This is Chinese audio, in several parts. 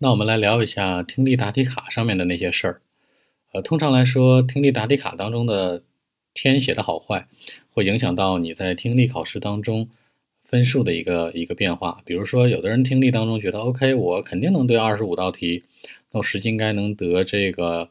那我们来聊一下听力答题卡上面的那些事儿。通常来说，听力答题卡当中的填写的好坏，会影响到你在听力考试当中分数的一个变化。比如说，有的人听力当中觉得 OK， 我肯定能对25道题，那我实际应该能得这个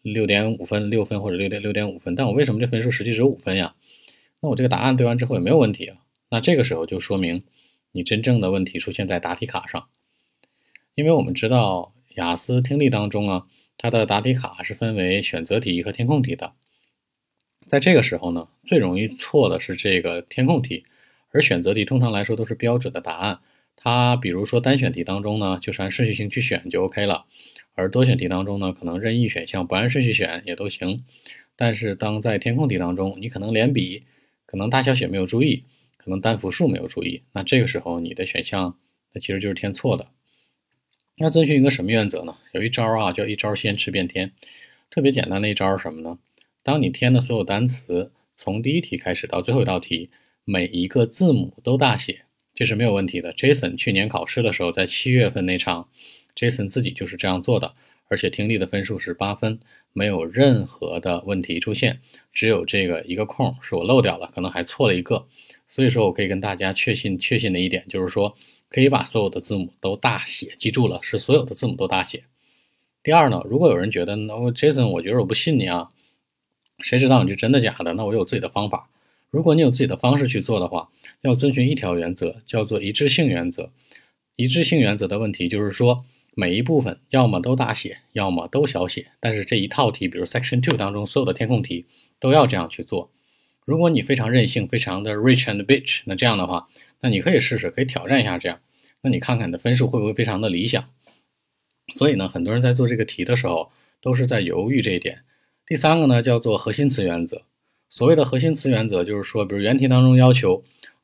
6.5分、6分或者6.5分，但我为什么这分数实际只有5分呀？那我这个答案对完之后也没有问题啊。那这个时候就说明你真正的问题出现在答题卡上。因为我们知道雅思听力当中啊，它的答题卡是分为选择题和填空题的。在这个时候呢，最容易错的是这个填空题，而选择题通常来说都是标准的答案。它比如说单选题当中呢，就是按顺序性去选就 OK 了，而多选题当中呢，可能任意选项不按顺序选也都行。但是当在填空题当中，你可能连笔，可能大小写没有注意，可能单复数没有注意，那这个时候你的选项那其实就是填错的。那遵循一个什么原则呢？有一招啊，叫一招先吃遍天。特别简单的一招是什么呢？当你填的所有单词，从第一题开始到最后一道题，每一个字母都大写，这是没有问题的。Jason 去年考试的时候，在7月份那场 ，Jason 自己就是这样做的，而且听力的分数是8分，没有任何的问题出现，只有这个一个空是我漏掉了，可能还错了一个。所以说我可以跟大家确信的一点就是说，可以把所有的字母都大写，记住了，是所有的字母都大写。第二呢，如果有人觉得Jason 我觉得我不信你啊，谁知道你是真的假的，那我有自己的方法。如果你有自己的方式去做的话，要遵循一条原则，叫做一致性原则。一致性原则的问题就是说，每一部分要么都大写，要么都小写，但是这一套题，比如 Section 2 当中所有的填空题都要这样去做。如果你非常任性，非常的 rich and bitch， 那这样的话，那你可以试试，可以挑战一下这样，那你看看你的分数会不会非常的理想。所以呢，很多人在做这个题的时候都是在犹豫这一点。第三个呢，叫做核心词原则。所谓的核心词原则就是说，比如原题当中要求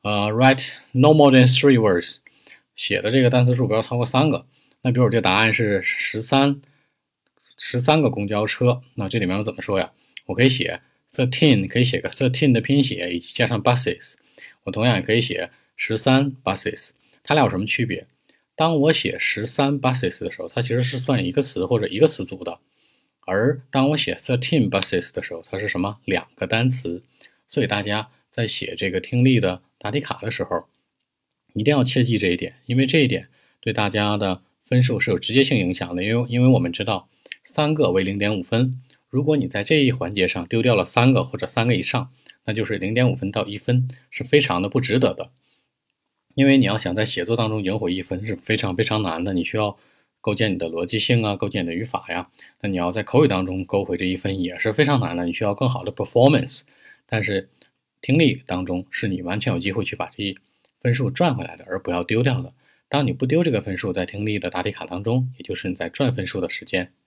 write no more than 3 words， 写的这个单词数不要超过3个。那比如我这个答案是13个公交车，那这里面我怎么说呀？我可以写 13， 可以写个 13 的拼写以及加上 buses， 我同样也可以写13 buses。 它俩有什么区别？当我写13 buses 的时候，它其实是算一个词或者一个词组的，而当我写13 buses 的时候，它是什么？2个单词。所以大家在写这个听力的答题卡的时候，一定要切记这一点，因为这一点对大家的分数是有直接性影响的。因为我们知道3个为 0.5 分，如果你在这一环节上丢掉了3个或者3个以上，那就是 0.5 分到1分，是非常的不值得的。因为你要想在写作当中赢回1分是非常非常难的，你需要构建你的逻辑性啊，构建你的语法呀。那你要在口语当中勾回这1分也是非常难的，你需要更好的 performance。但是听力当中是你完全有机会去把这分数赚回来的，而不要丢掉的。当你不丢这个分数在听力的答题卡当中，也就是你在赚分数的时间。